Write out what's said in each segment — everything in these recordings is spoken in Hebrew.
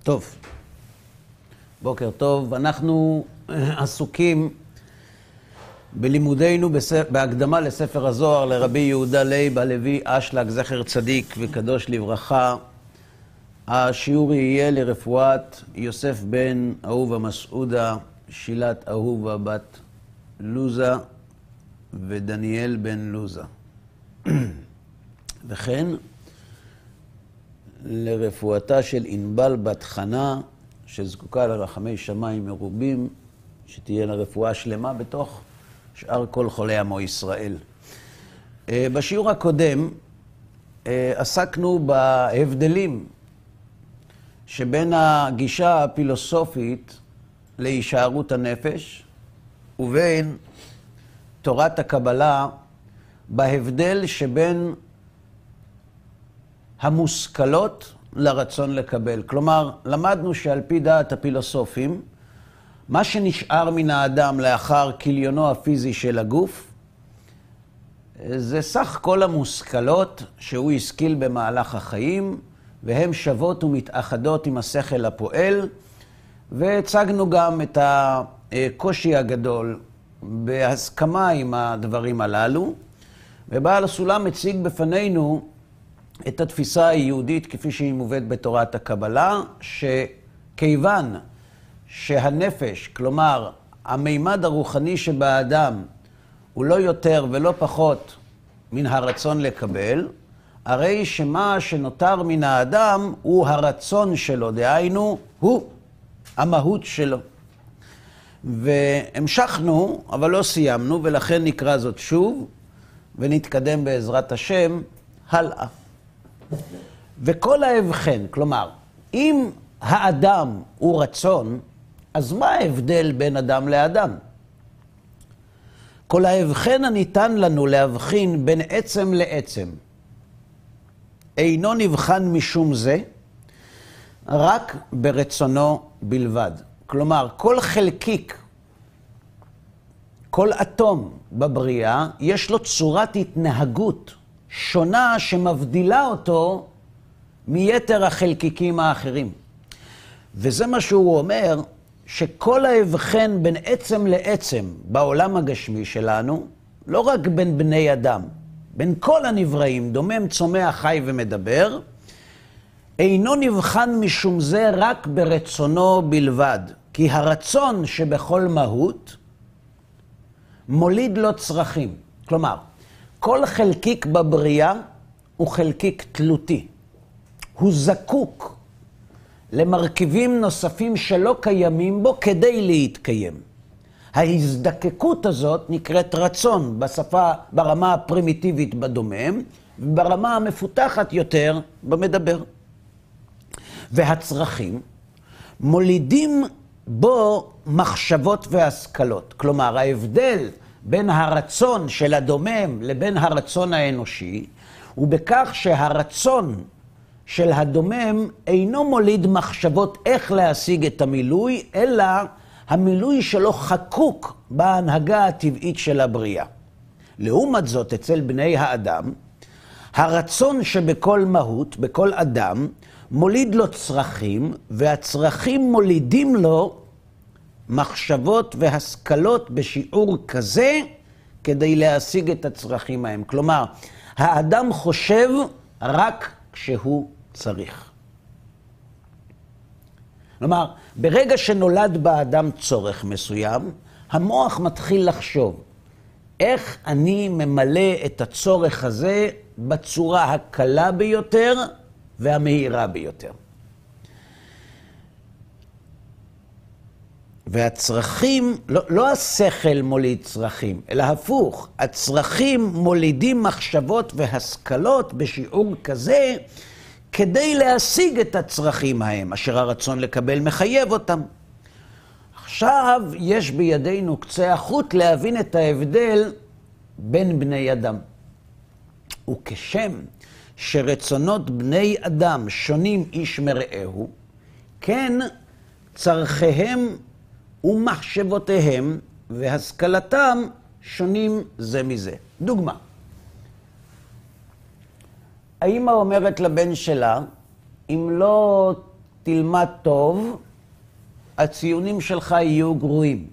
טוב, בוקר טוב. אנחנו עסוקים בלימודינו בהקדמה לספר הזוהר לרבי יהודה לייב הלוי אשלג, זכר צדיק וקדוש לברכה. השיעור יהיה לרפואת יוסף בן אהובה מסעודה, שילת אהובה בת לוזה ודניאל בן לוזה. וכן לרפואתה של ענבל בת חנה, שזקוקה לרחמי שמיים מרובים, שתהיה לרפואה שלמה בתוך שאר כל חולי עמו ישראל. בשיעור הקודם עסקנו בהבדלים שבין הגישה הפילוסופית להישארות הנפש ובין תורת הקבלה, בהבדל שבין המושכלות לרצון לקבל. כלומר, למדנו שעל פי דעת הפילוסופים, מה שנשאר מן האדם לאחר כליונו הפיזי של הגוף, זה סך כל המושכלות שהוא השכיל במהלך החיים, והן שוות ומתאחדות עם השכל הפועל, והצגנו גם את הקושי הגדול בהסכמה עם הדברים הללו, ובעל הסולם מציג בפנינו את התפיסה היהודית כפי שהיא מובאת בתורת הקבלה, שכיוון שהנפש, כלומר המימד הרוחני שבאדם, הוא לא יותר ולא פחות מן הרצון לקבל, הרי שמה שנותר מן האדם הוא הרצון שלו, דהיינו הוא המהות שלו. והמשכנו, אבל לא סיימנו, ולכן נקרא זאת שוב, ונתקדם בעזרת השם הלאה. וכל ההבחן, כלומר, אם האדם הוא רצון, אז מה ההבדל בין אדם לאדם? כל ההבחן הניתן לנו להבחין בין עצם לעצם, אינו נבחן משום זה, רק ברצונו בלבד. כלומר, כל חלקיק, כל אטום בבריאה, יש לו צורת התנהגות שונה שמבדילה אותו מיתר החלקיקים האחרים. וזה מה שהוא אומר, שכל ההבחן בין עצם לעצם בעולם הגשמי שלנו, לא רק בין בני אדם, בין כל הנבראים, דומם, צומח, חי ומדבר, אינו נבחן משום זה רק ברצונו בלבד. כי הרצון שבכל מהות מוליד לו צרכים. כלומר, כל חלקיק בבריאה הוא חלקיק תלותי. הוא זקוק למרכיבים נוספים שלא קיימים בו כדי להתקיים. ההזדקקות הזאת נקראת רצון בשפה, ברמה הפרימיטיבית בדומם, וברמה המפותחת יותר במדבר. והצרכים מולידים בו מחשבות והשכלות. כלומר, ההבדל בין הרצון של הדומם לבין הרצון האנושי, הוא בכך שהרצון של הדומם אינו מוליד מחשבות איך להשיג את המילוי, אלא המילוי שלו חקוק בהנהגה הטבעית של הבריאה. לעומת זאת, אצל בני האדם, הרצון שבכל מהות, בכל אדם, מוליד לו צרכים, והצרכים מולידים לו מחשבות והשכלות בשיעור כזה, כדי להשיג את הצרכים ההם. כלומר, האדם חושב רק כשהוא צריך. כלומר, ברגע שנולד באדם צורך מסוים, המוח מתחיל לחשוב, איך אני ממלא את הצורך הזה בצורה הקלה ביותר והמהירה ביותר. והצרכים, לא השכל מוליד צרכים, אלא הפוך, הצרכים מולידים מחשבות והשכלות בשיעור כזה, כדי להשיג את הצרכים ההם, אשר הרצון לקבל מחייב אותם. עכשיו יש בידינו קצה החוט להבין את ההבדל בין בני אדם. וכשם שרצונות בני אדם שונים איש מרעהו, כן צרכיהם ומחשבותיהם והשכלתם שונים זה מזה. דוגמה. האמא אומרת לבן שלה, אם לא תלמד טוב, הציונים שלך יהיו גרועים.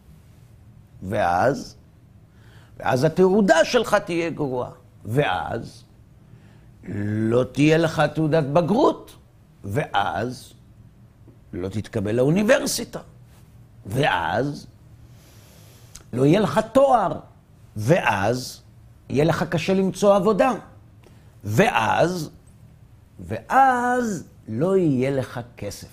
ואז התעודה שלך תהיה גרועה. ואז לא תהיה לך תעודת בגרות. ואז לא תתקבל לאוניברסיטה. ואז לא יהיה לך תואר. ואז יהיה לך קשה למצוא עבודה. ואז לא יהיה לך כסף.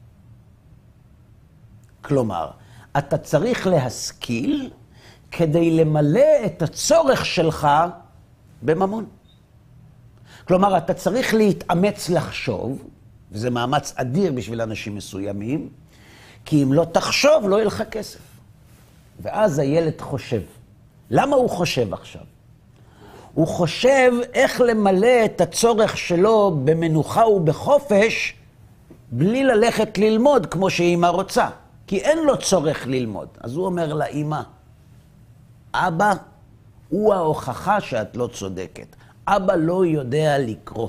כלומר, אתה צריך להשכיל כדי למלא את הצורך שלך בממון. כלומר, אתה צריך להתאמץ לחשוב, וזה מאמץ אדיר בשביל אנשים מסוימים, כי אם לא תחשוב, לא יהיה לך כסף. ואז הילד חושב. למה הוא חושב עכשיו? הוא חושב איך למלא את הצורך שלו במנוחה ובחופש, בלי ללכת ללמוד כמו שאמא רוצה. כי אין לו צורך ללמוד. אז הוא אומר לאמא, אבא הוא ההוכחה שאת לא צודקת. אבא לא יודע לקרוא.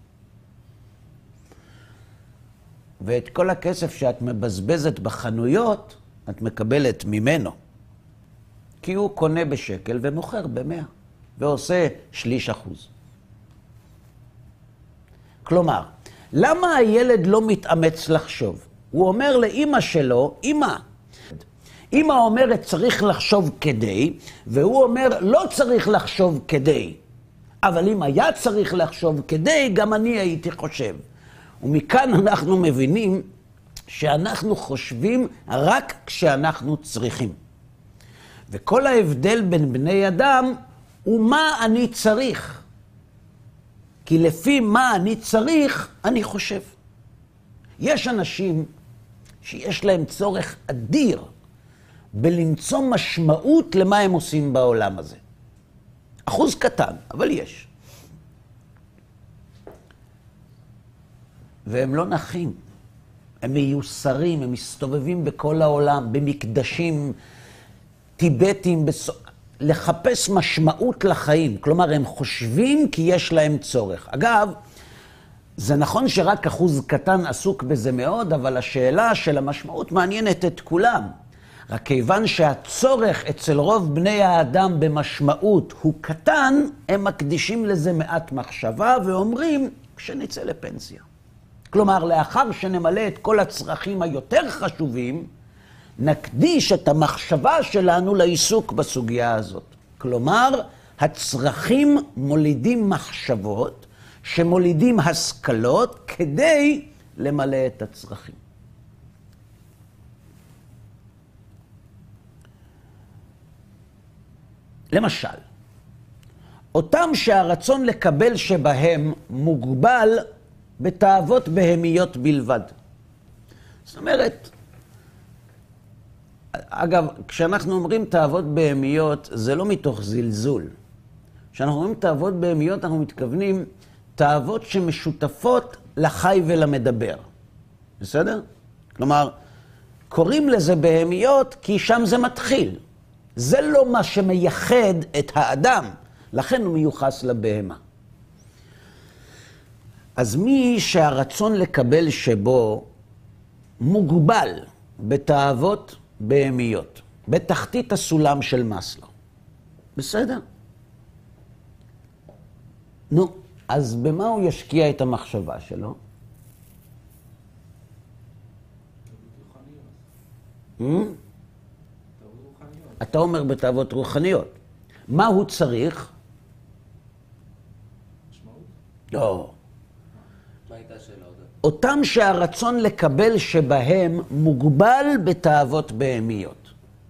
ואת כל הכסף שאת מבזבזת בחנויות, את מקבלת ממנו. כי הוא קונה בשקל ומוכר ב100, ועושה 0.3%. כלומר, למה הילד לא מתאמץ לחשוב? הוא אומר לאמא שלו, אמא אומרת צריך לחשוב כדי, והוא אומר לא צריך לחשוב כדי. אבל אם היה צריך לחשוב כדי, גם אני הייתי חושב. ומכאן אנחנו מבינים שאנחנו חושבים רק כשאנחנו צריכים. וכל ההבדל בין בני אדם הוא מה אני צריך. כי לפי מה אני צריך, אני חושב. יש אנשים שיש להם צורך אדיר בלמצוא משמעות למה הם עושים בעולם הזה. אחוז קטן, אבל יש. והם לא נחים. הם מיוסרים, הם מסתובבים בכל העולם, במקדשים טיבטים, לחפש משמעות לחיים. כלומר, הם חושבים כי יש להם צורך. אגב, זה נכון שרק אחוז קטן עסוק בזה מאוד, אבל השאלה של המשמעות מעניינת את כולם. רק כיוון שהצורך אצל רוב בני האדם במשמעות הוא קטן, הם מקדישים לזה מעט מחשבה ואומרים כשנצא לפנסיה. כלומר, לאחר שנמלא את כל הצרכים היותר חשובים, נקדיש את המחשבה שלנו לעיסוק בסוגיה הזאת. כלומר, הצרכים מולידים מחשבות, שמולידים השכלות כדי למלא את הצרכים. למשל, אותם שהרצון לקבל שבהם מוגבל בתאוות בהמיות בלבד. זאת אומרת, אגב, כשאנחנו אומרים תאוות בהמיות, זה לא מתוך זלזול. כשאנחנו אומרים תאוות בהמיות, אנחנו מתכוונים תאוות שמשותפות לחי ולמדבר. בסדר? כלומר, קוראים לזה בהמיות כי שם זה מתחיל. זה לא מה שמייחד את האדם, לכן הוא מיוחס לבהמה. אז מי שהרצון לקבל שבו מוגבל בתאוות בהמיות, בתחתית הסולם של מאסלו. בסדר? נו, אז במה הוא ישקיע את המחשבה שלו? אתה אומר בתאוות רוחניות. מה הוא צריך? משמעות? לא. מה הייתה שאלה עוד? אותם שהרצון לקבל שבהם מוגבל בתאוות בהמיות.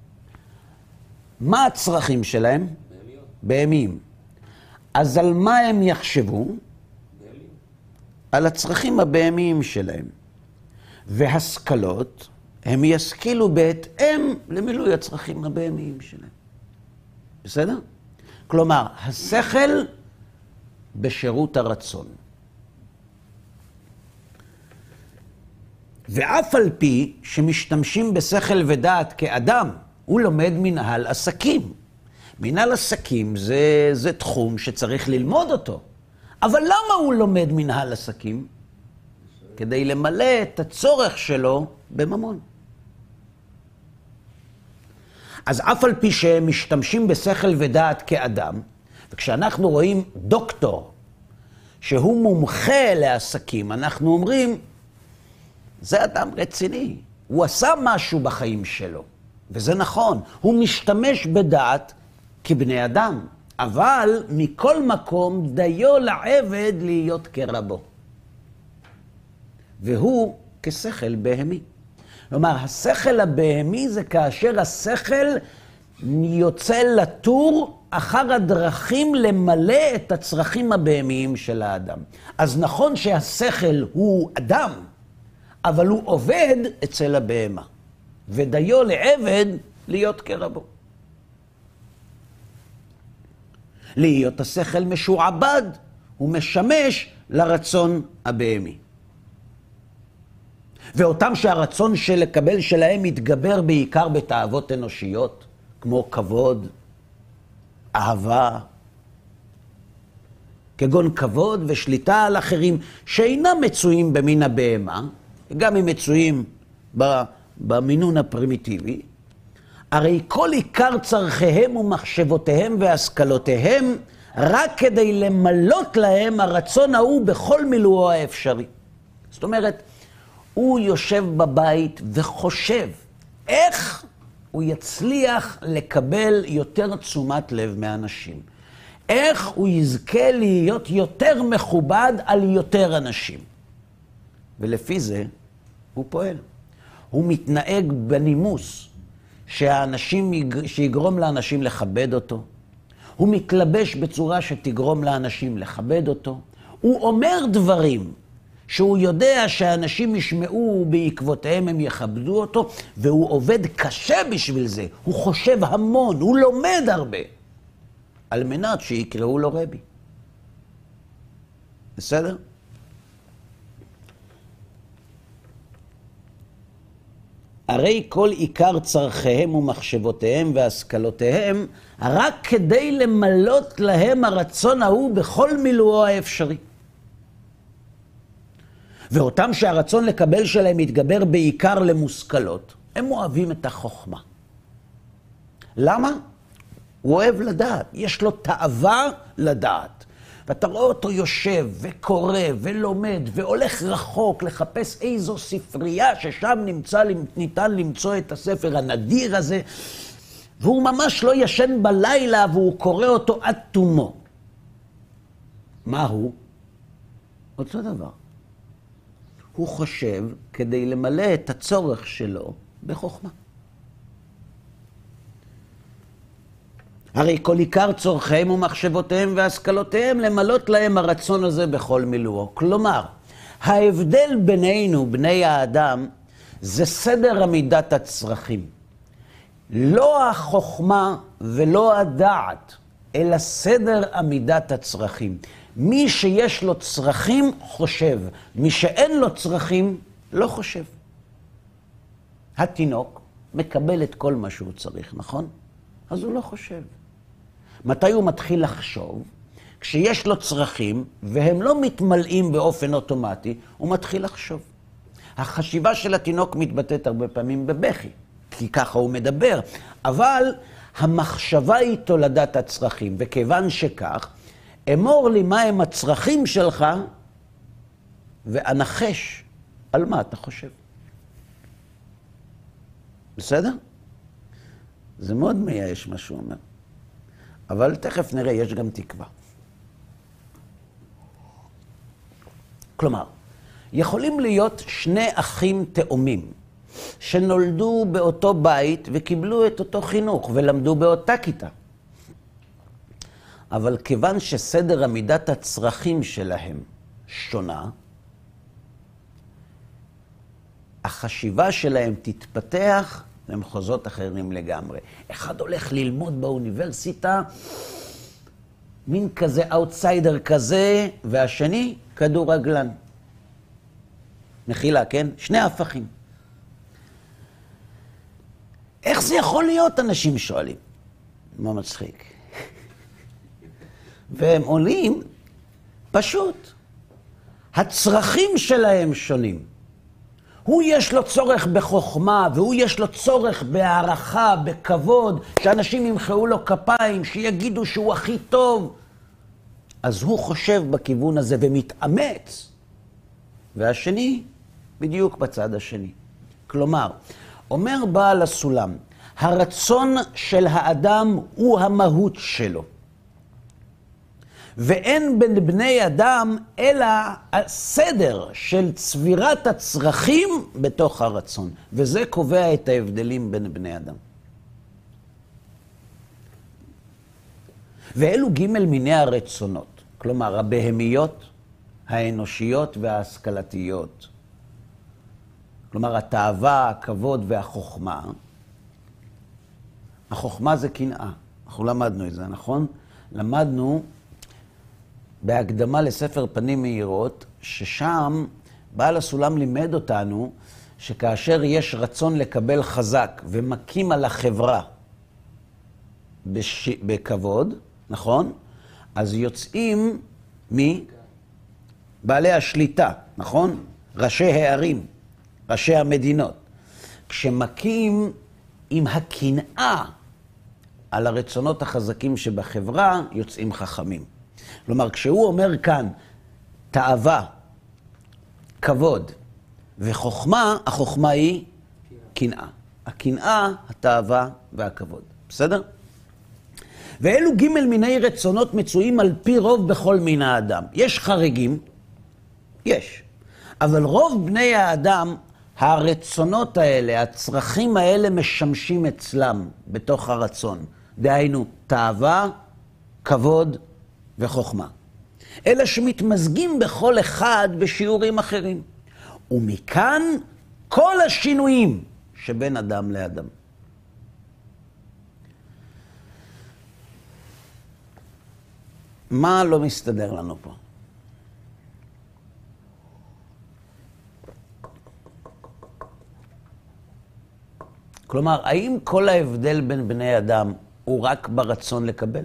מה הצרכים שלהם? בהמיות. בהמיים. אז על מה הם יחשבו? בהמיים. על הצרכים הבהמיים שלהם. והשכלות, הם ישכילו בהתאם למילוי הצרכים הבהמיים שלהם. בסדר? כלומר, השכל בשירות הרצון. ואף על פי שמשתמשים בשכל ודעת כאדם, הוא לומד מנהל עסקים. מנהל עסקים זה תחום שצריך ללמוד אותו. אבל למה הוא לומד מנהל עסקים? כדי למלא את הצורך שלו בממון. אז אף על פי שהם משתמשים בשכל ודעת כאדם, וכשאנחנו רואים דוקטור שהוא מומחה לעסקים, אנחנו אומרים, זה אדם רציני, הוא עשה משהו בחיים שלו, וזה נכון, הוא משתמש בדעת כבני אדם, אבל מכל מקום דיו לעבד להיות כרבו. והוא כשכל בהמי. כלומר, השכל הבהמי זה כאשר השכל יוצא לטור אחר הדרכים למלא את הצרכים הבהמיים של האדם. אז נכון שהשכל הוא אדם, אבל הוא עובד אצל הבהמה, ודיו לעבד להיות כרבו. להיות השכל משועבד, הוא משמש לרצון הבהמי. ואותם שהרצון של לקבל שלהם מתגבר בעיקר בתאוות אנושיות, כמו כבוד, אהבה, כגון כבוד ושליטה על אחרים, שאינם מצויים במין הבהמה, גם הם מצויים במינון הפרימיטיבי, הרי כל עיקר צרכיהם ומחשבותיהם והשכלותיהם, רק כדי למלות להם הרצון ההוא בכל מילואו האפשרי. זאת אומרת, הוא יושב בבית וחושב איך הוא יצליח לקבל יותר תשומת לב מאנשים. איך הוא יזכה להיות יותר מכובד על יותר אנשים. ולפי זה הוא פועל. הוא מתנהג בנימוס שיגרום לאנשים לכבד אותו. הוא מתלבש בצורה שתגרום לאנשים לכבד אותו. הוא אומר דברים שהוא יודע שאנשים ישמעו בעקבותיהם, הם יכבדו אותו, והוא עובד קשה בשביל זה. הוא חושב המון, הוא לומד הרבה, על מנת שיקראו לו רבי. בסדר? הרי כל עיקר צרכיהם ומחשבותיהם והשכלותיהם, רק כדי למלות להם הרצון ההוא בכל מילואו האפשרי. ואותם שהרצון לקבל שלהם מתגבר בעיקר למושכלות, הם אוהבים את החוכמה. למה? הוא אוהב לדעת, יש לו תאווה לדעת. ואתה רואה אותו יושב וקורא ולומד והולך רחוק לחפש איזו ספרייה ששם ניתן למצוא את הספר הנדיר הזה, והוא ממש לא ישן בלילה והוא קורא אותו עד תומו. מה הוא? אותו דבר. הוא חושב כדי למלא את הצורך שלו בחוכמה. הרי כל עיקר צורכיהם ומחשבותיהם והשכלותיהם למלות להם הרצון הזה בכל מילואו. כלומר, ההבדל בינינו, בני האדם, זה סדר עמידת הצרכים. לא החוכמה ולא הדעת, אלא סדר עמידת הצרכים. מי שיש לו צרכים חושב, מי שאין לו צרכים לא חושב. התינוק מקבל את כל מה שהוא צריך, נכון? אז הוא לא חושב. מתי הוא מתחיל לחשוב? כשיש לו צרכים והם לא מתמלאים באופן אוטומטי, הוא מתחיל לחשוב. החשיבה של התינוק מתבטאת הרבה פעמים בבכי, כי ככה הוא מדבר, אבל המחשבה היא תולדת הצרכים, וכיוון שכך, אמור לי מה הם הצרכים שלך, ואנחש על מה אתה חושב. בסדר? זה מאוד מייאש מה שהוא אומר. אבל תכף נראה, יש גם תקווה. כלומר, יכולים להיות שני אחים תאומים, שנולדו באותו בית וקיבלו את אותו חינוך ולמדו באותה כיתה. אבל כיוון שסדר עמידת הצרכים שלהם שונה, החשיבה שלהם תתפתח למחוזות אחרים לגמרי. אחד הולך ללמוד באוניברסיטה, מין כזה אאוטסיידר כזה, והשני כדורגלן. מחילה, כן? שני הפכים. איך זה יכול להיות, אנשים שואלים? מה מצחיק? והם עולים פשוט. הצרכים שלהם שונים. הוא יש לו צורך בחוכמה, והוא יש לו צורך בהערכה, בכבוד, שאנשים ימחאו לו כפיים, שיגידו שהוא הכי טוב. אז הוא חושב בכיוון הזה ומתאמץ. והשני, בדיוק בצד השני. כלומר, אומר בעל הסולם, הרצון של האדם הוא המהות שלו. ואין בין בני אדם אלא הסדר של צבירת הצרכים בתוך הרצון. וזה קובע את ההבדלים בין בני אדם. ואלו ג' מיני הרצונות. כלומר, הבהמיות, האנושיות וההשכלתיות. כלומר, התאווה, הכבוד והחוכמה. החוכמה זה קנאה. אנחנו למדנו את זה, נכון? למדנו בהקדמה לספר פנים מאירות, ששם בעל הסולם לימד אותנו שכאשר יש רצון לקבל חזק ומקים על החברה בכבוד, נכון? אז יוצאים מבעלי השליטה, נכון? ראשי הערים, ראשי המדינות. כשמקים עם הקנאה על הרצונות החזקים שבחברה, יוצאים חכמים. כלומר, כשהוא אומר כאן, תאווה, כבוד וחוכמה, החוכמה היא קנאה. הקנאה, התאווה והכבוד. בסדר? ואלו ג' מיני רצונות מצויים על פי רוב בכל מין האדם. יש חריגים? יש. אבל רוב בני האדם, הרצונות האלה, הצרכים האלה משמשים אצלם בתוך הרצון. דהיינו, תאווה, כבוד וחוכמה. אלא שמתמזגים בכל אחד בשיעורים אחרים. ומכאן כל השינויים שבין אדם לאדם. מה לא מסתדר לנו פה? כלומר, האם כל ההבדל בין בני אדם הוא רק ברצון לקבל?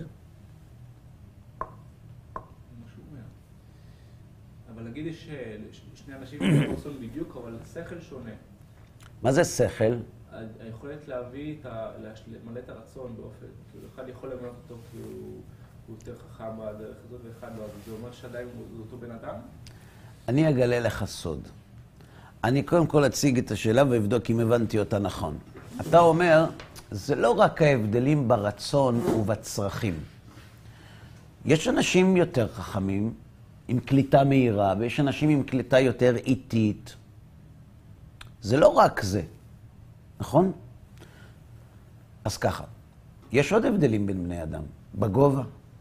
אבל נגיד יש שני אנשים שרוצים בדיוק, אבל שכל שונה. מה זה שכל? היכולת להביא, למלא את הרצון באופן, כאילו אחד יכול למלא אותו כי הוא יותר חכם בדרך הזאת ואחד לא, זה אומר שעדיין הוא אותו בן אדם? אני אגלה לך סוד. אני קודם כל אציג את השאלה ואבדוק אם הבנתי אותה נכון. אתה אומר, זה לא רק ההבדלים ברצון ובצרכים. יש אנשים יותר חכמים, עם קליטה מהירה, ויש אנשים עם קליטה יותר איטית. זה לא רק זה, נכון? אז ככה, יש עוד הבדלים בין בני אדם. בגובה,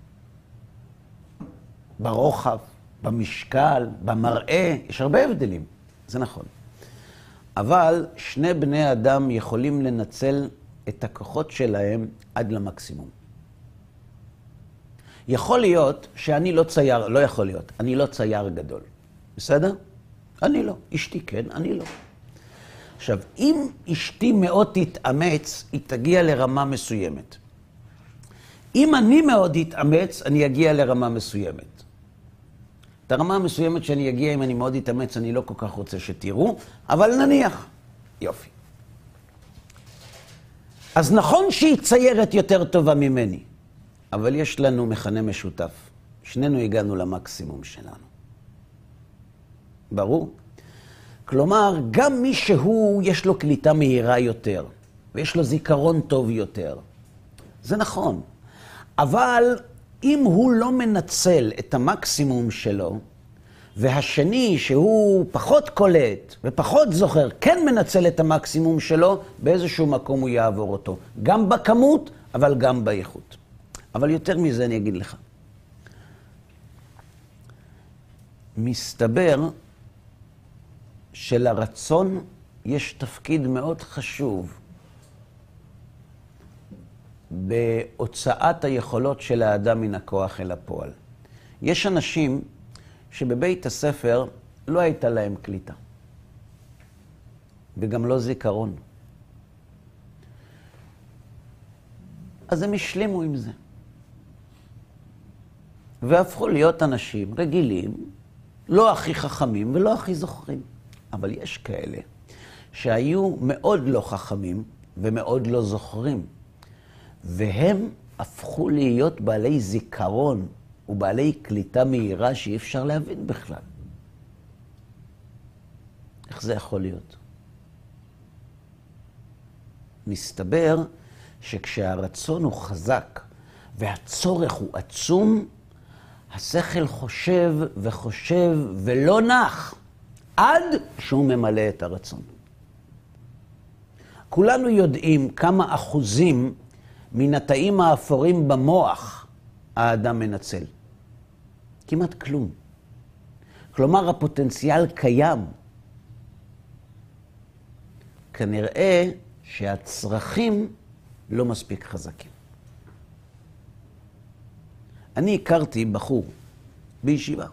ברוחב, במשקל, במראה, יש הרבה הבדלים. זה נכון. אבל שני בני אדם יכולים לנצל את הכוחות שלהם עד למקסימום. יכול להיות שאני לא צייר, לא יכול להיות, אני לא צייר גדול. בסדר? אני לא. אשתי כן, אני לא. עכשיו, אם אשתי מאוד תתאמץ, היא תגיע לרמה מסוימת. אם אני מאוד אתאמץ, אני אגיע לרמה מסוימת. את הרמה המסוימת שאני אגיע, אם אני מאוד אתאמץ, אני לא כל כך רוצה שתראו, אבל נניח. יופי. אז נכון שהיא ציירת יותר טובה ממני, אבל יש לנו מכנה משותף. שנינו הגענו למקסימום שלנו. ברור? כלומר, גם מי שהוא, יש לו קליטה מהירה יותר, ויש לו זיכרון טוב יותר. זה נכון. אבל אם הוא לא מנצל את המקסימום שלו, והשני שהוא פחות קולט ופחות זוכר, כן מנצל את המקסימום שלו, באיזשהו מקום הוא יעבור אותו. גם בכמות, אבל גם באיכות. אבל יותר מזה אני אגיד לך. מסתבר שלרצון יש תפקיד מאוד חשוב בהוצאת היכולות של האדם מן הכוח אל הפועל. יש אנשים שבבית הספר לא הייתה להם קליטה, וגם לא זיכרון. אז הם השלימו עם זה. והפכו להיות אנשים רגילים, לא הכי חכמים ולא הכי זוכרים. אבל יש כאלה שהיו מאוד לא חכמים ומאוד לא זוכרים. והם הפכו להיות בעלי זיכרון ובעלי קליטה מהירה שאי אפשר להבין בכלל. איך זה יכול להיות? מסתבר שכשהרצון הוא חזק והצורך הוא עצום, השכל חושב וחושב ולא נח עד שהוא ממלא את הרצון. כולנו יודעים כמה אחוזים מן התאים האפורים במוח האדם מנצל. כמעט כלום. כלומר, הפוטנציאל קיים. כנראה שהצרכים לא מספיק חזקים. אני הכרתי בחור בישיבה,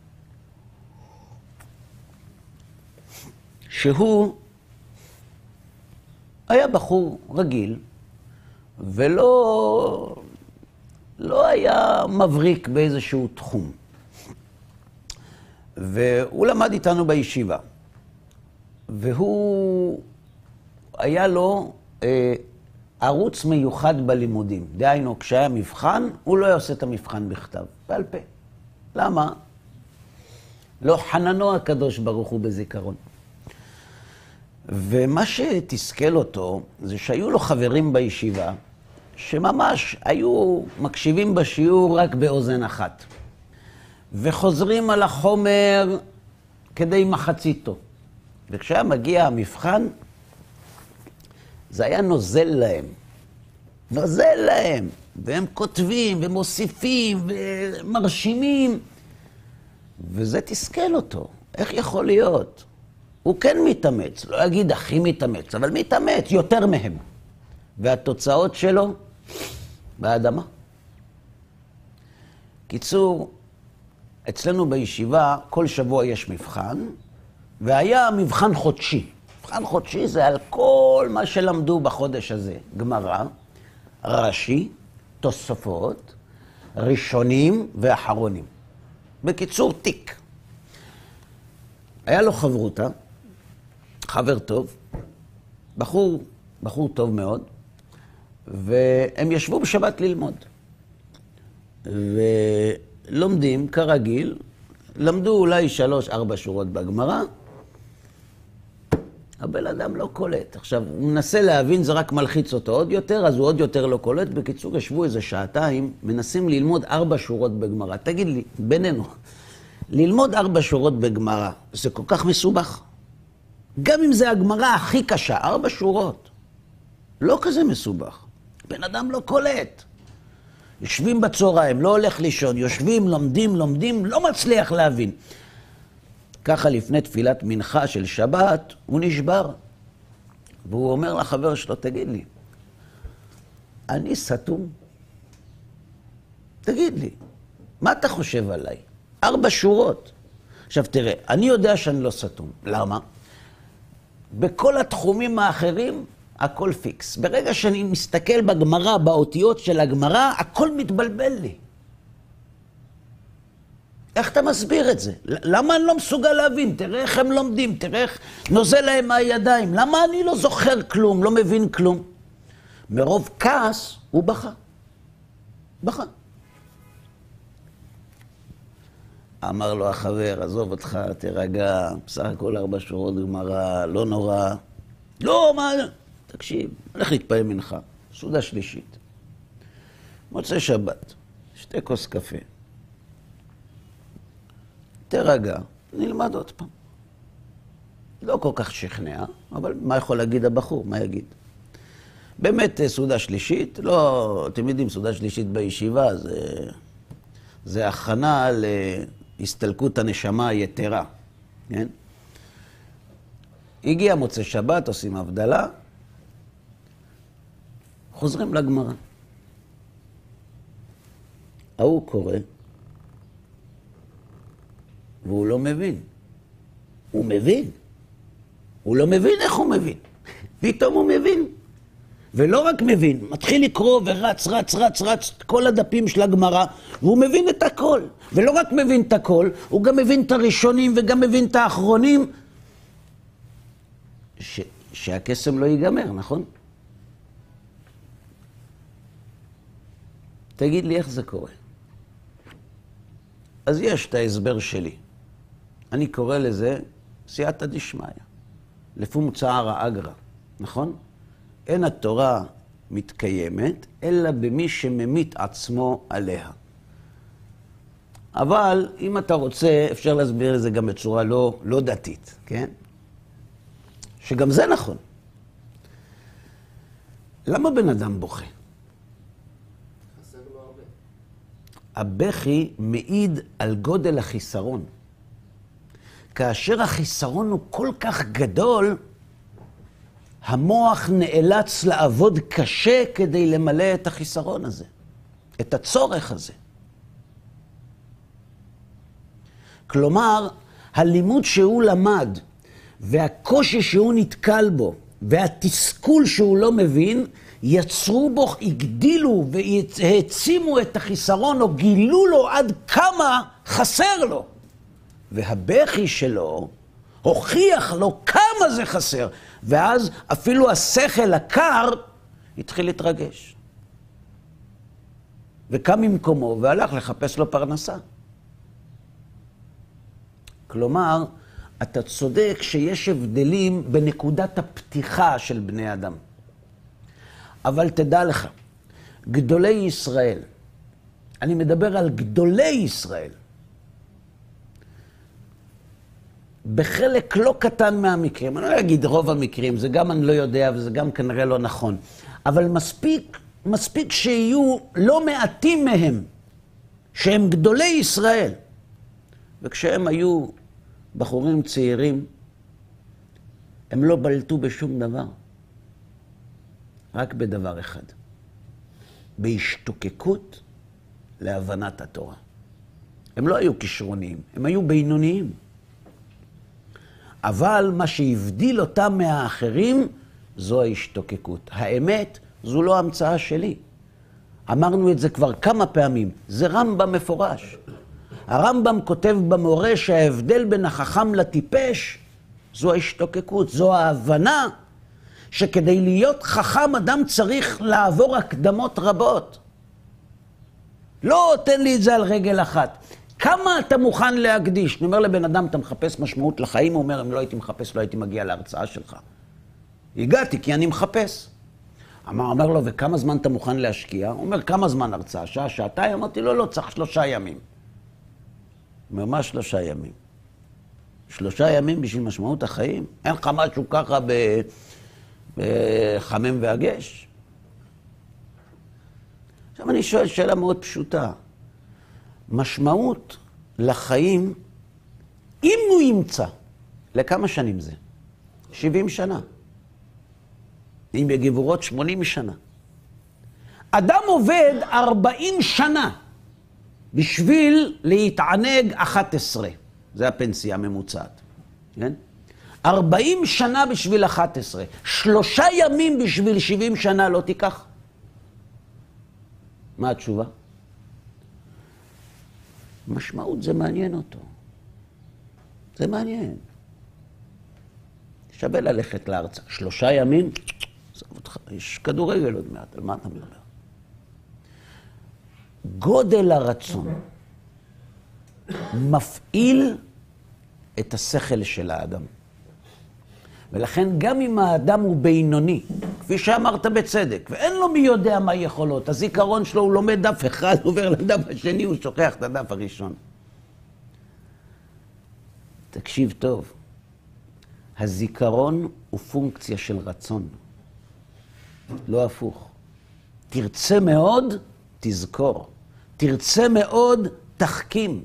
שהוא היה בחור רגיל, ולא היה מבריק באיזשהו תחום. והוא למד איתנו בישיבה. והוא היה לו ערוץ מיוחד בלימודים. דהיינו, כשהיה מבחן, הוא לא היה עושה את המבחן בכתב, בעל פה. למה? לא חננו הקדוש ברוך הוא בזיכרון. ומה שתסכל אותו, זה שהיו לו חברים בישיבה, שממש היו מקשיבים בשיעור רק באוזן אחת. וחוזרים על החומר כדי מחציתו. וכשהיה מגיע המבחן, זה היה נוזל להם. נוזל להם. והם כותבים ומוסיפים ומרשימים. וזה תסכל אותו. איך יכול להיות? הוא כן מתאמץ, לא אגיד הכי מתאמץ, אבל מתאמץ יותר מהם. והתוצאות שלו באדמה. קיצור, אצלנו בישיבה כל שבוע יש מבחן, והיה מבחן חודשי. מבחן חודשי זה על כל מה שלמדו בחודש הזה. גמרא, רש"י, תוספות, ראשונים ואחרונים. בקיצור, תיק. היה לו חברותה, חבר טוב, בחור טוב מאוד, והם ישבו בשבת ללמוד. ולומדים כרגיל, למדו אולי 3-4 שורות בגמרא, הבן אדם לא קולט. עכשיו, הוא מנסה להבין, זה רק מלחיץ אותו עוד יותר, אז הוא עוד יותר לא קולט. בקיצור, ישבו איזה שעתיים, מנסים ללמוד 4 שורות בגמרא. תגיד לי, בינינו, ללמוד 4 שורות בגמרא, זה כל כך מסובך? גם אם זה הגמרא הכי קשה, 4 שורות. לא כזה מסובך. בן אדם לא קולט. יושבים בצהריים, לא הולך לישון, יושבים, לומדים, לא מצליח להבין. ככה לפני תפילת מנחה של שבת, הוא נשבר. והוא אומר לחבר שלו, תגיד לי, אני סתום? תגיד לי, מה אתה חושב עליי? 4 שורות. עכשיו תראה, אני יודע שאני לא סתום. למה? בכל התחומים האחרים, הכל פיקס. ברגע שאני מסתכל בגמרא, באותיות של הגמרא, הכל מתבלבל לי. איך אתה מסביר את זה? למה אני לא מסוגל להבין? תראה איך הם לומדים, תראה איך נוזל להם מהידיים. למה אני לא זוכר כלום, לא מבין כלום? מרוב כעס, הוא בכה. בכה. אמר לו החבר, עזוב אותך, תרגע, בסך הכל 4 שורות גמרא, לא נורא. לא, מה? תקשיב, הולך להתפעל מנחה, סעודה שלישית. מוצא שבת, 2 כוס קפה. תרגע, נלמד עוד פעם. לא כל כך שכנע, אבל מה יכול להגיד הבחור? מה יגיד? באמת סעודה שלישית, לא, אתם יודעים, סעודה שלישית בישיבה, זה הכנה להסתלקות הנשמה היתרה, כן? הגיע מוצא שבת, עושים הבדלה, חוזרים לגמרא. ההוא קורא, והוא לא מבין. הוא מבין. הוא לא מבין איך הוא מבין. פתאום הוא מבין. ולא רק מבין, מתחיל לקרוא ורץ, רץ, רץ, רץ, כל הדפים של הגמרא, והוא מבין את הכל. ולא רק מבין את הכל, הוא גם מבין את הראשונים וגם מבין את האחרונים. שהקסם לא ייגמר, נכון? תגיד לי איך זה קורה. אז יש את ההסבר שלי. אני קורא לזה סייעתא דשמיא. לפום צערא אגרא, נכון? אין התורה מתקיימת, אלא במי שממית עצמו עליה. אבל אם אתה רוצה, אפשר להסביר את זה גם בצורה לא דתית, כן? שגם זה נכון. למה בן אדם בוכה? חסר לו הרבה. הבכי מעיד על גודל החיסרון. כאשר החיסרון הוא כל כך גדול, המוח נאלץ לעבוד קשה כדי למלא את החיסרון הזה, את הצורך הזה. כלומר, הלימוד שהוא למד, והקושי שהוא נתקל בו, והתסכול שהוא לא מבין, יצרו בו, הגדילו והעצימו את החיסרון, או גילו לו עד כמה חסר לו. והבכי שלו הוכיח לו כמה זה חסר. ואז אפילו השכל הקר התחיל להתרגש. וקם ממקומו והלך לחפש לו פרנסה. כלומר, אתה צודק שיש הבדלים בנקודת הפתיחה של בני אדם. אבל תדע לך, גדולי ישראל, אני מדבר על גדולי ישראל, בחלק לא קטן מהמקרים, אני לא אגיד רוב המקרים, זה גם אני לא יודע וזה גם כנראה לא נכון, אבל מספיק שיהיו לא מעטים מהם, שהם גדולי ישראל, וכשהם היו בחורים צעירים, הם לא בלטו בשום דבר, רק בדבר אחד, בהשתוקקות להבנת התורה. הם לא היו כישרוניים, הם היו בינוניים. אבל מה שהבדיל אותם מהאחרים, זו ההשתוקקות. האמת, זו לא המצאה שלי. אמרנו את זה כבר כמה פעמים, זה רמב"ם מפורש. הרמב"ם כותב במורה שההבדל בין החכם לטיפש, זו ההשתוקקות, זו ההבנה שכדי להיות חכם אדם צריך לעבור הקדמות רבות. לא תן לי את זה על רגל אחת. כמה אתה מוכן להקדיש? אני אומר לבן אדם, אתה מחפש משמעות לחיים? הוא אומר, אם לא הייתי מחפש, לא הייתי מגיע להרצאה שלך. הגעתי כי אני מחפש. אמר לו, וכמה זמן אתה מוכן להשקיע? הוא אומר, כמה זמן הרצאה? שעה, שעתיים? אמרתי לו, לא, צריך 3 ימים. הוא אומר, מה 3 ימים? 3 ימים בשביל משמעות החיים? אין לך משהו ככה בחמם והגש? עכשיו אני שואל שאלה מאוד פשוטה. משמעות לחיים, אם הוא ימצא, לכמה שנים זה? 70 שנה. אם בגבורות 80 שנה. אדם עובד 40 שנה בשביל להתענג 11. זה הפנסיה הממוצעת. כן? 40 שנה בשביל 11. 3 ימים בשביל 70 שנה לא תיקח. מה התשובה? משמעות זה מעניין אותו. זה מעניין. שווה ללכת להרצאה. 3 ימים, יש כדורגל עוד מעט, על מה אתה מדבר? גודל הרצון מפעיל את השכל של האדם. ולכן גם אם האדם הוא בינוני, כפי שאמרת בצדק, ואין לו מי יודע מה יכולות, הזיכרון שלו הוא לומד דף אחד, עובר לדף השני, הוא שוכח את הדף הראשון. תקשיב טוב, הזיכרון הוא פונקציה של רצון, לא הפוך. תרצה מאוד, תזכור. תרצה מאוד, תחכים.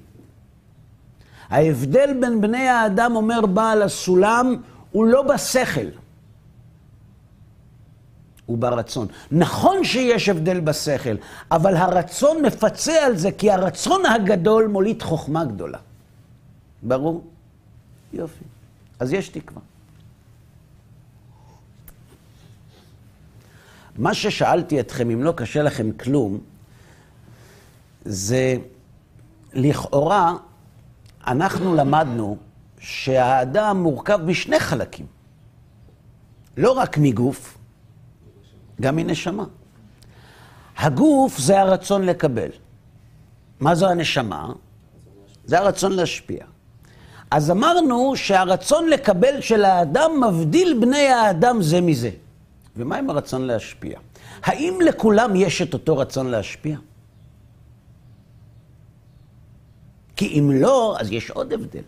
ההבדל בין בני האדם, אומר בעל הסולם, הוא לא בשכל, הוא ברצון. נכון שיש הבדל בשכל, אבל הרצון מפצה על זה, כי הרצון הגדול מוליד חוכמה גדולה. ברור? יופי. אז יש תקווה. מה ששאלתי אתכם, אם לא קשה לכם כלום, זה לכאורה, אנחנו למדנו שהאדם מורכב משני חלקים. לא רק מגוף, גם מנשמה. הגוף זה הרצון לקבל. מה זו הנשמה? זה הרצון להשפיע. אז אמרנו שהרצון לקבל של האדם מבדיל בני האדם זה מזה. ומה עם הרצון להשפיע? האם לכולם יש את אותו רצון להשפיע? כי אם לא, אז יש עוד הבדל.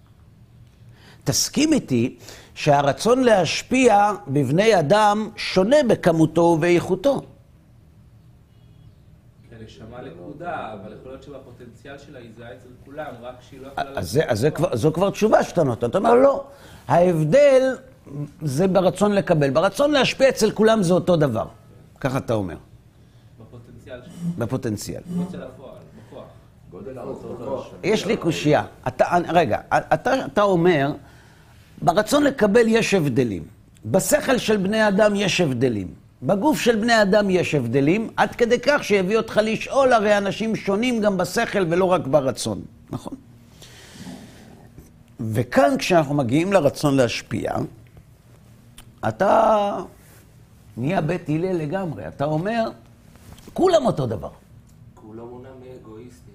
תסכים איתי שהרצון להשפיע בבני אדם שונה בכמותו ובאיכותו. הנשמה נקודה, אבל יכול להיות שבפוטנציאל שלה היא זהה אצל כולם, רק שהיא לא יכולה... אז זו כבר תשובה שאתה נותן. אתה אומר, לא, ההבדל זה ברצון לקבל. ברצון להשפיע אצל כולם זה אותו דבר. ככה אתה אומר. בפוטנציאל שלה. בפוטנציאל. לא אצל הפועל, בכוח. גודל הרצון. יש לי קושייה. רגע, אתה אומר, ברצון לקבל יש הבדלים. בשכל של בני אדם יש הבדלים. בגוף של בני אדם יש הבדלים, עד כדי כך שהביא אותך לשאול, הרי אנשים שונים גם בשכל ולא רק ברצון. נכון? וכאן כשאנחנו מגיעים לרצון להשפיע, אתה נהיה בית הלל לגמרי. אתה אומר, כולם אותו דבר. כולו מונע מאגואיסטי.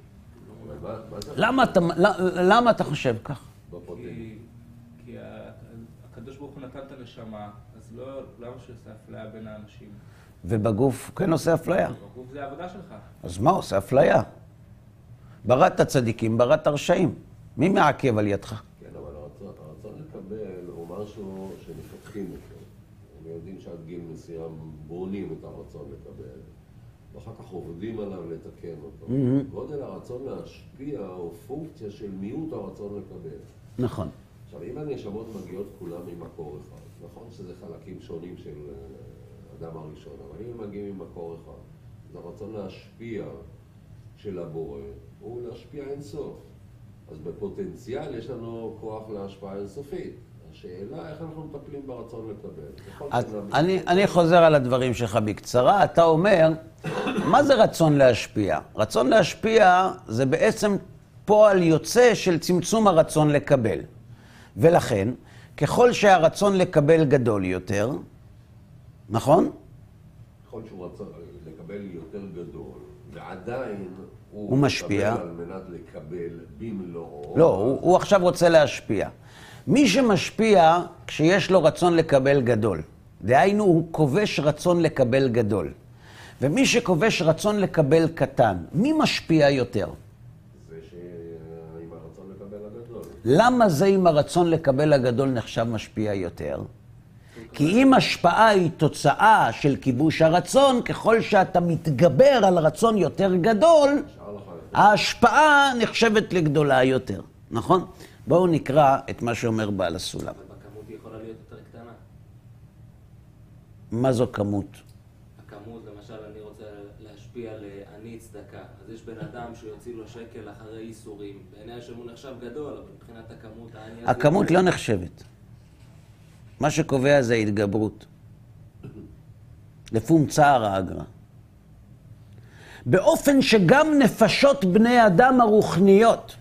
למה אתה חושב כך? כי הקדוש ברוך הוא נתן את הנשמה, אז לא למה שעושה אפליה בין האנשים. ובגוף כן עושה אפליה. בגוף זה העבודה שלך. אז מה עושה אפליה? בראת צדיקים, בראת רשעים. מי מעכב על ידך? כן, אבל הרצון לקבל הוא משהו שמפתחים אותו. הם יודעים שעד גיל מסוים בונים את הרצון לקבל, ואחר כך עובדים עליו לתקן אותו. גודל הרצון להשפיע הוא פונקציה של מיעוט הרצון לקבל. נכון. עכשיו, אם הנשמות מגיעות כולם ממקור אחד, נכון שזה חלקים שונים של אדם הראשון, אבל אם הם מגיעים ממקור אחד, אז הרצון להשפיע של הבורא הוא להשפיע אינסוף. אז בפוטנציאל יש לנו כוח להשפעה אינסופית. השאלה איך אנחנו מטפלים ברצון לקבל. אני חוזר על הדברים שלך בקצרה. אתה אומר, מה זה רצון להשפיע? רצון להשפיע זה בעצם פועל יוצא של צמצום הרצון לקבל. ולכן, ככל שהרצון לקבל גדול יותר, נכון? ככל שהוא רצון לקבל יותר גדול, ועדיין הוא משפיע. על מנת לקבל במלואו. לא, הוא עכשיו רוצה להשפיע. מי שמשפיע כשיש לו רצון לקבל גדול, דהיינו הוא כובש רצון לקבל גדול. ומי שכובש רצון לקבל קטן, מי משפיע יותר? זה שעם הרצון לקבל הגדול. למה זה עם הרצון לקבל הגדול נחשב משפיע יותר? כי אם השפעה היא תוצאה של כיבוש הרצון, ככל שאתה מתגבר על רצון יותר גדול, ההשפעה נחשבת לגדולה יותר, נכון? בואו נקרא את מה שאומר בעל הסולם. אבל בכמות היא יכולה להיות יותר קטנה. מה זו כמות? הכמות, למשל, אני רוצה להשפיע לעני צדקה. אז יש בן אדם שיוציא לו שקל אחרי איסורים. בעיני השם הוא נחשב גדול, אבל מבחינת הכמות, העני... הכמות לא נחשבת. מה שקובע זה התגברות. לפום צער האגרה. באופן שגם נפשות בני אדם הרוחניות,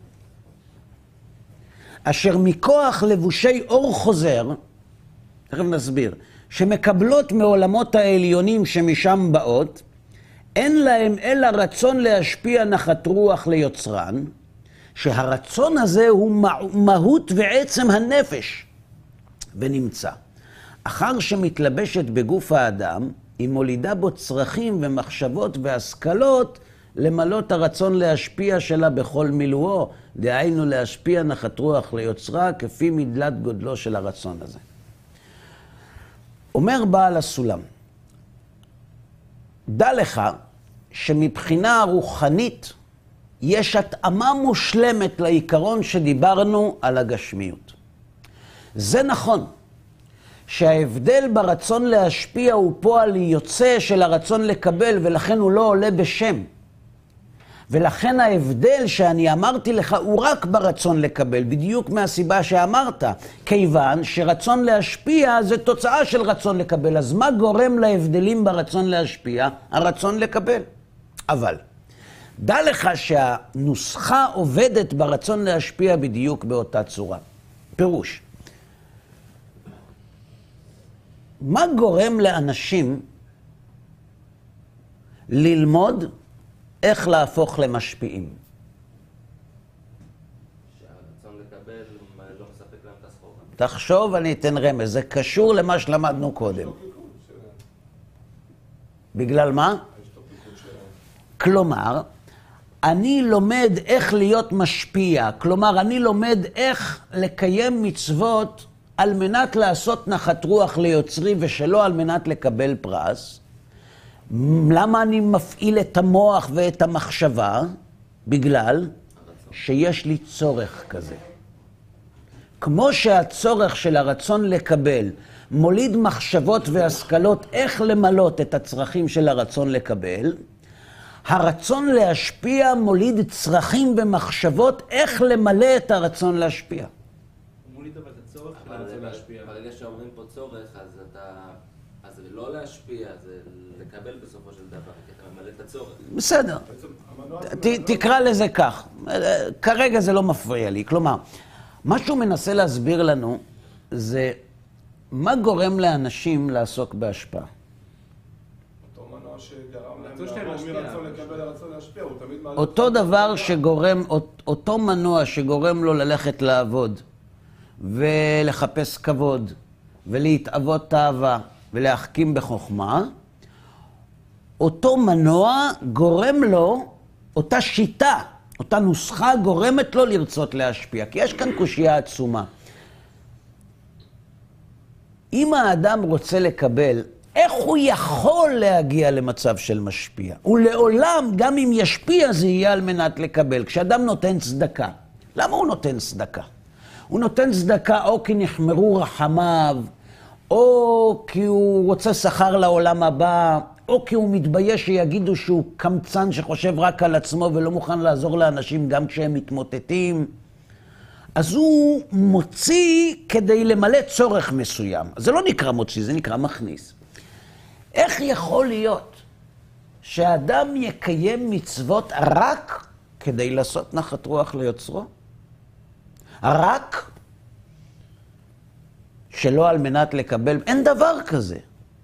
אשר מכוח לבושי אור חוזר, תכף נסביר, שמקבלות מעולמות העליונים שמשם באות, אין להם אלא רצון להשפיע נחת רוח ליוצרן, שהרצון הזה הוא מהות ועצם הנפש, ונמצא. אחר שמתלבשת בגוף האדם, היא מולידה בו צרכים ומחשבות והשכלות, למלות הרצון להשפיע שלה בכל מילואו, דהיינו להשפיע נחת רוח ליוצרה, כפי מדלת גודלו של הרצון הזה. אומר בעל הסולם, דע לך שמבחינה רוחנית יש התאמה מושלמת לעיקרון שדיברנו על הגשמיות. זה נכון שההבדל ברצון להשפיע הוא פועל יוצא של הרצון לקבל, ולכן הוא לא עולה בשם. ולכן ההבדל שאני אמרתי לך הוא רק ברצון לקבל, בדיוק מהסיבה שאמרת, כיוון שרצון להשפיע זה תוצאה של רצון לקבל. אז מה גורם להבדלים ברצון להשפיע? הרצון לקבל. אבל דע לך שהנוסחה עובדת ברצון להשפיע בדיוק באותה צורה. פירוש. מה גורם לאנשים ללמוד איך להפוך למשפיעים? שהרצון לקבל לא מספק להם את הסחורה. תחשוב, אני אתן רמז, זה קשור למה שלמדנו קודם. בגלל מה? כלומר, אני לומד איך להיות משפיע, כלומר, אני לומד איך לקיים מצוות על מנת לעשות נחת רוח ליוצרי ושלא על מנת לקבל פרס. למה אני מפעיל את המוח ואת המחשבה? בגלל שיש לי צורך כזה. כמו שהצורך של הרצון לקבל מוליד מחשבות והשכלות איך למלות את הצרכים של הרצון לקבל, הרצון להשפיע מוליד צרכים ומחשבות איך למלא את הרצון להשפיע. הוא מוליד אבל את הצורך של הרצון להשפיע. ברגע שאומרים פה צורך, אז זה לא להשפיע, זה לקבל בסופו של דבר, כי אתה ממלא את הצורך. בסדר. תקרא לזה כך. כרגע זה לא מפריע לי. כלומר, מה שהוא מנסה להסביר לנו זה מה גורם לאנשים לעסוק בהשפעה. אותו מנוע שגרם להם מרצון לקבל לרצון להשפיע, הוא תמיד מעלה... אותו דבר שגורם, אותו מנוע שגורם לו ללכת לעבוד ולחפש כבוד ולהתאבות תאווה ולהחכים בחוכמה, אותו מנוע גורם לו, אותה שיטה, אותה נוסחה גורמת לו לרצות להשפיע. כי יש כאן קושיה עצומה. אם האדם רוצה לקבל, איך הוא יכול להגיע למצב של משפיע? ולעולם, גם אם ישפיע, זה יהיה על מנת לקבל. כשאדם נותן צדקה, למה הוא נותן צדקה? הוא נותן צדקה או כי נחמרו רחמיו, או כי הוא רוצה שכר לעולם הבא, או כי הוא מתבייש שיגידו שהוא קמצן שחושב רק על עצמו ולא מוכן לעזור לאנשים גם כשהם מתמוטטים. אז הוא מוציא כדי למלא צורך מסוים. זה לא נקרא מוציא, זה נקרא מכניס. איך יכול להיות שהאדם יקיים מצוות רק כדי לעשות נחת רוח ליוצרו? רק שלא על מנת לקבל, אין דבר כזה.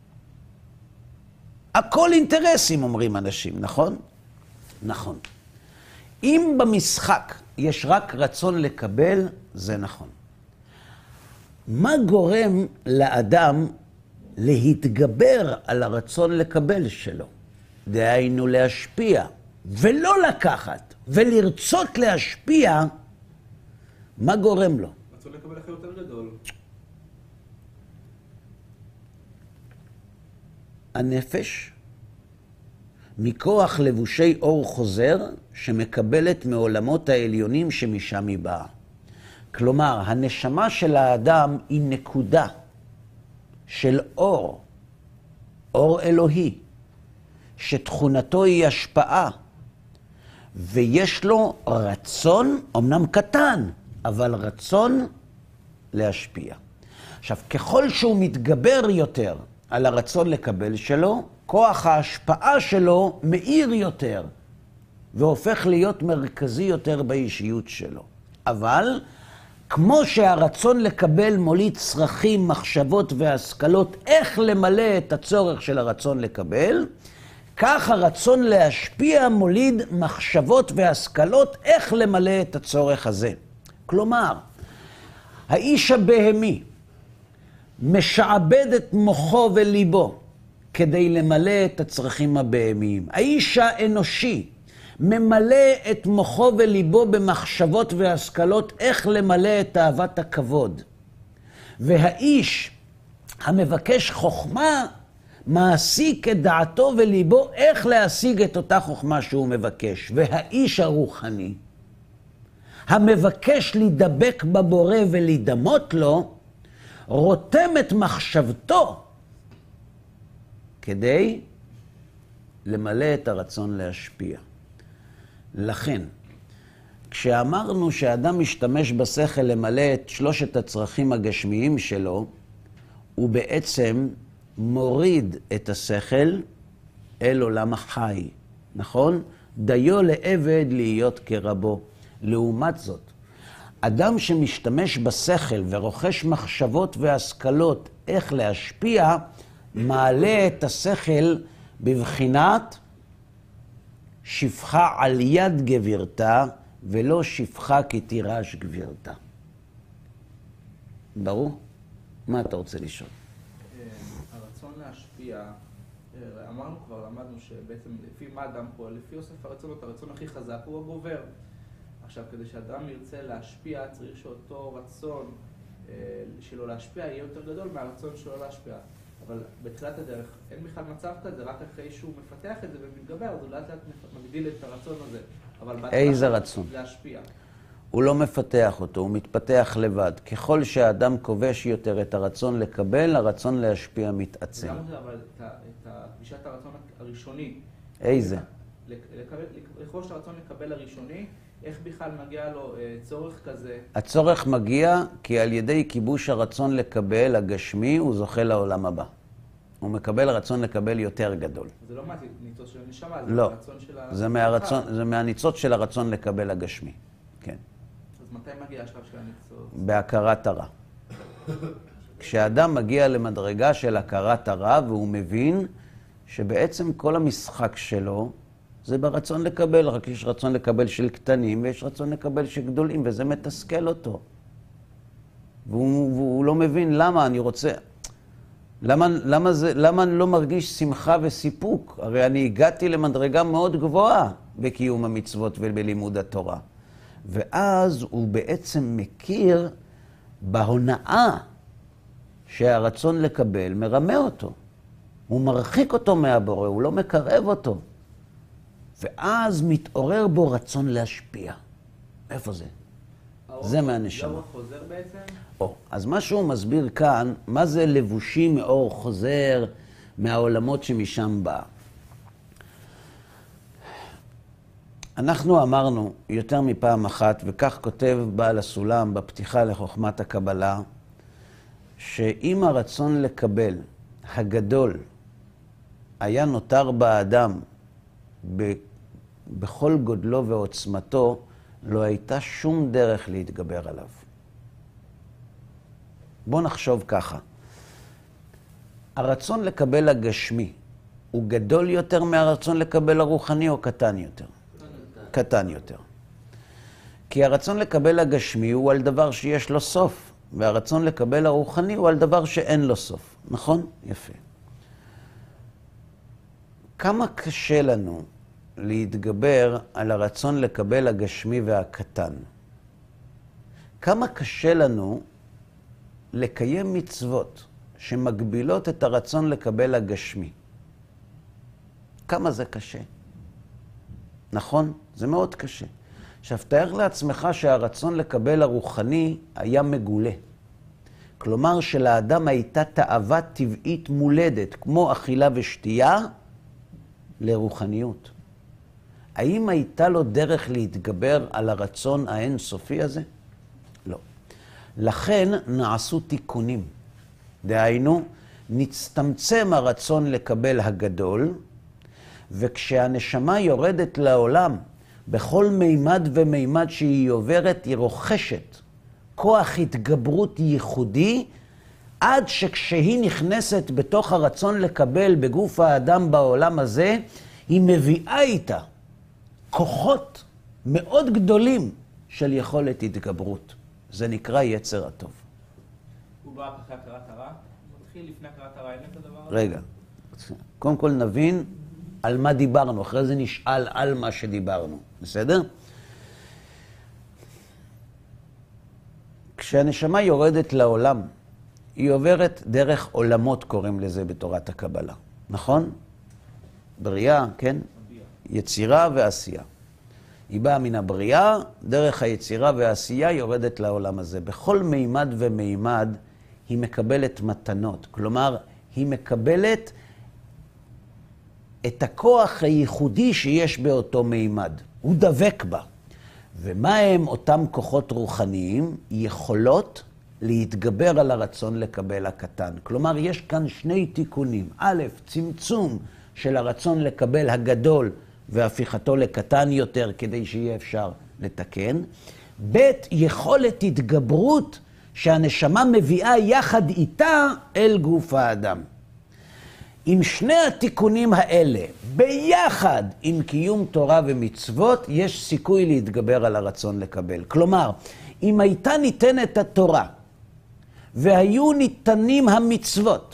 הכל אינטרסים, אומרים אנשים, נכון? נכון. אם במשחק יש רק רצון לקבל, זה נכון. מה גורם לאדם להתגבר על הרצון לקבל שלו? דהיינו להשפיע, ולא לקחת, ולרצות להשפיע, מה גורם לו? רצון לקבל אחר יותר גדול. הנפש, מכוח לבושי אור חוזר, שמקבלת מעולמות העליונים שמשם היא באה. כלומר, הנשמה של האדם היא נקודה של אור, אור אלוהי, שתכונתו היא השפעה, ויש לו רצון, אמנם קטן, אבל רצון להשפיע. עכשיו, ככל שהוא מתגבר יותר על הרצון לקבל שלו, כוח ההשפעה שלו מאיר יותר, והופך להיות מרכזי יותר באישיות שלו. אבל, כמו שהרצון לקבל מוליד צרכים, מחשבות והשכלות, איך למלא את הצורך של הרצון לקבל, כך הרצון להשפיע מוליד מחשבות והשכלות, איך למלא את הצורך הזה. כלומר, האיש הבהמי משעבד את מוחו וליבו כדי למלא את הצרכים הבהמיים. האיש האנושי ממלא את מוחו וליבו במחשבות והשכלות איך למלא את אהבת הכבוד. והאיש המבקש חוכמה מעסיק את דעתו וליבו איך להשיג את אותה חוכמה שהוא מבקש. והאיש הרוחני המבקש להידבק בבורא ולהידמות לו, רותם את מחשבתו כדי למלא את הרצון להשפיע. לכן, כשאמרנו שהאדם משתמש בשכל למלא את 3 הצרכים הגשמיים שלו, הוא בעצם מוריד את השכל אל עולם החי, נכון? דיו לעבד להיות כרבו. לעומת זאת, אדם שמשתמש בשכל ורוכש מחשבות והשכלות איך להשפיע, מעלה את השכל בבחינת שפחה על יד גבירתה, ולא שפחה כי תירש גבירתה. ברור? מה אתה רוצה לשאול? הרצון להשפיע, אמרנו כבר, למדנו שבעצם לפי מה אדם פועל, לפי אוסף הרצונות, הרצון הכי חזק הוא הגובר. עכשיו, כדי שאדם ירצה להשפיע, צריך שאותו רצון שלו להשפיע יהיה יותר גדול מהרצון שלו להשפיע. אבל בתחילת הדרך אין בכלל מצב כזה, רק אחרי שהוא מפתח את זה ומתגבר, אז הוא לאט לאט מגדיל את הרצון הזה. אבל איזה רצון? להשפיע. הוא לא מפתח אותו, הוא מתפתח לבד. ככל שהאדם כובש יותר את הרצון לקבל, הרצון להשפיע מתעצם. למה זה, אבל את פגישת הרצון הראשוני. איזה? לכבוש את הרצון לקבל הראשוני, איך בכלל מגיע לו צורך כזה? הצורך מגיע כי על ידי כיבוש הרצון לקבל הגשמי, הוא זוכה לעולם הבא. הוא מקבל רצון לקבל יותר גדול. זה לא מהניצוץ של הנשמה, זה לא, מהרצון של זה מהניצוץ של הרצון לקבל הגשמי. כן. אז מתי מגיע השלב של הניצוץ? בהכרת הרע. כשאדם מגיע למדרגה של הכרת הרע, והוא מבין שבעצם כל המשחק שלו זה ברצון לקבל, רק יש רצון לקבל של קטנים ויש רצון לקבל של גדולים, וזה מתסכל אותו. והוא לא מבין למה אני רוצה... למה אני לא מרגיש שמחה וסיפוק? הרי אני הגעתי למדרגה מאוד גבוהה בקיום המצוות ובלימוד התורה. ואז הוא בעצם מכיר בהונאה שהרצון לקבל מרמה אותו. הוא מרחיק אותו מהבורא, הוא לא מקרב אותו. ואז מתעורר בו רצון להשפיע. איפה זה? זה מהנשמה. האור חוזר בעצם? אז מה שהוא מסביר כאן, מה זה לבושים מאור חוזר מהעולמות שמשם בא. אנחנו אמרנו יותר מפעם אחת, וכך כותב בעל הסולם בפתיחה לחוכמת הקבלה, שאם הרצון לקבל הגדול היה נותר באדם בכל גודלו ועוצמתו, לא הייתה שום דרך להתגבר עליו. בוא נחשוב ככה. הרצון לקבל הגשמי הוא גדול יותר מהרצון לקבל הרוחני או קטן יותר? קטן יותר. כי הרצון לקבל הגשמי הוא על דבר שיש לו סוף, והרצון לקבל הרוחני הוא על דבר שאין לו סוף. נכון? יפה. כמה קשה לנו להתגבר על הרצון לקבל הגשמי והקטן? כמה קשה לנו לקיים מצוות שמגבילות את הרצון לקבל הגשמי? כמה זה קשה? נכון? זה מאוד קשה. עכשיו, תאר לעצמך שהרצון לקבל הרוחני היה מגולה. כלומר, שלאדם הייתה תאווה טבעית מולדת, כמו אכילה ושתייה, לרוחניות. האם הייתה לו דרך להתגבר על הרצון האינסופי הזה? לא. לכן נעשו תיקונים. דהיינו, נצטמצם הרצון לקבל הגדול, וכשהנשמה יורדת לעולם, בכל מימד ומימד שהיא עוברת, היא רוכשת כוח התגברות ייחודי, עד שכשהיא נכנסת בתוך הרצון לקבל בגוף האדם בעולם הזה, היא מביאה איתה כוחות מאוד גדולים של יכולת התגברות. זה נקרא יצר הטוב. הוא בא אחרי הכרת הרע? הוא מתחיל לפני הכרת הרע, אין את הדבר הזה? רגע, קודם כל נבין על מה דיברנו, אחרי זה נשאל על מה שדיברנו, בסדר? כשהנשמה יורדת לעולם, היא עוברת דרך עולמות, קוראים לזה בתורת הקבלה, נכון? בריאה, כן? יצירה ועשייה. היא באה מן הבריאה, דרך היצירה והעשייה יורדת לעולם הזה. בכל מימד ומימד היא מקבלת מתנות, כלומר, היא מקבלת את הכוח הייחודי שיש באותו מימד. הוא דבק בה. ומה הם אותם כוחות רוחניים? יכולות להתגבר על הרצון לקבל הקטן. כלומר, יש כאן שני תיקונים. א', צמצום של הרצון לקבל הגדול והפיכתו לקטן יותר כדי שיהיה אפשר לתקן. ב', יכולת התגברות שהנשמה מביאה יחד איתה אל גוף האדם. עם שני התיקונים האלה, ביחד עם קיום תורה ומצוות, יש סיכוי להתגבר על הרצון לקבל. כלומר, אם הייתה ניתנת התורה, והיו ניתנים המצוות,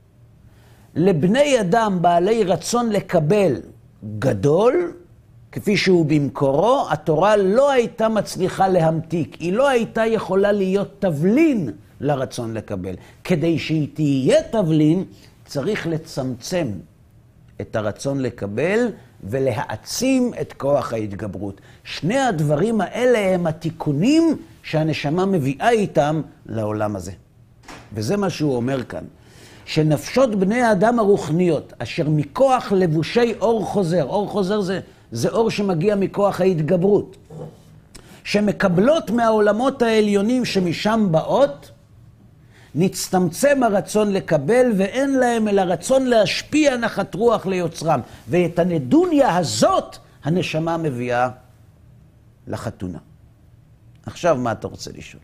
לבני אדם בעלי רצון לקבל גדול, כפי שהוא במקורו, התורה לא הייתה מצליחה להמתיק, היא לא הייתה יכולה להיות תבלין לרצון לקבל. כדי שהיא תהיה תבלין, צריך לצמצם את הרצון לקבל ולהעצים את כוח ההתגברות. שני הדברים האלה הם התיקונים שהנשמה מביאה איתם לעולם הזה. וזה מה שהוא אומר כאן. שנפשות בני האדם הרוחניות, אשר מכוח לבושי אור חוזר, אור חוזר זה אור שמגיע מכוח ההתגברות, שמקבלות מהעולמות העליונים שמשם באות, נצטמצם הרצון לקבל ואין להם אלא רצון להשפיע נחת רוח ליוצרם. ואת הנדוניה הזאת הנשמה מביאה לחתונה. עכשיו מה אתה רוצה לשאול?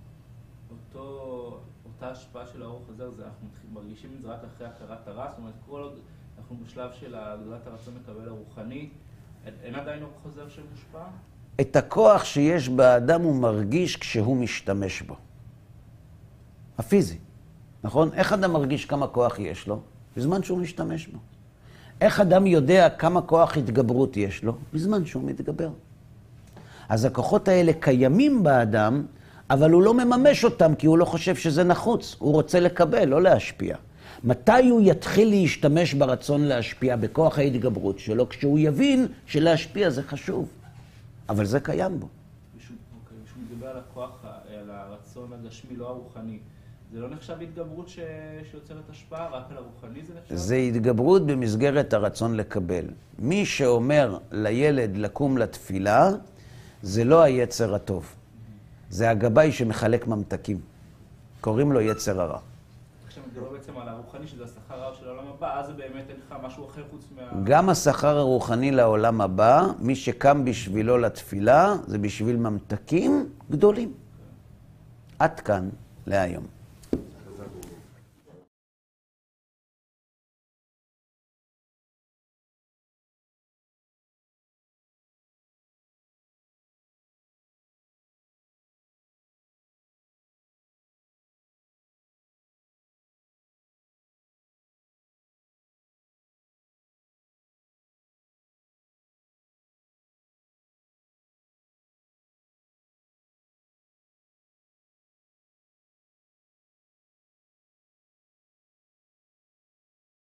אותה השפעה של האור חוזר, אנחנו מרגישים את זה רק אחרי הכרת הרע, זאת אומרת, כל עוד אנחנו בשלב של הגדלת הרצון לקבל הרוחני, אין עדיין אור חוזר שמושפע? את הכוח שיש באדם הוא מרגיש כשהוא משתמש בו. הפיזי, נכון? איך אדם מרגיש כמה כוח יש לו? בזמן שהוא משתמש בו. איך אדם יודע כמה כוח התגברות יש לו? בזמן שהוא מתגבר. אז הכוחות האלה קיימים באדם, אבל הוא לא מממש אותם כי הוא לא חושב שזה נחוץ. הוא רוצה לקבל, לא להשפיע. מתי הוא יתחיל להשתמש ברצון להשפיע בכוח ההתגברות שלו? כשהוא יבין שלהשפיע זה חשוב. אבל זה קיים בו. כשהוא מדבר על הכוח, על הרצון הגשמי, לא הרוחני, זה לא נחשב התגברות שיוצרת השפעה, רק על הרוחני זה נחשב? זה התגברות במסגרת הרצון לקבל. מי שאומר לילד לקום לתפילה, זה לא היצר הטוב. זה הגבאי שמחלק ממתקים. קוראים לו יצר הרע. כשמדבר בעצם על הרוחני, שזה השכר הרע של העולם הבא, אז זה באמת אין לך משהו אחר חוץ מה... גם השכר הרוחני לעולם הבא, מי שקם בשבילו לתפילה, זה בשביל ממתקים גדולים. עד כאן להיום.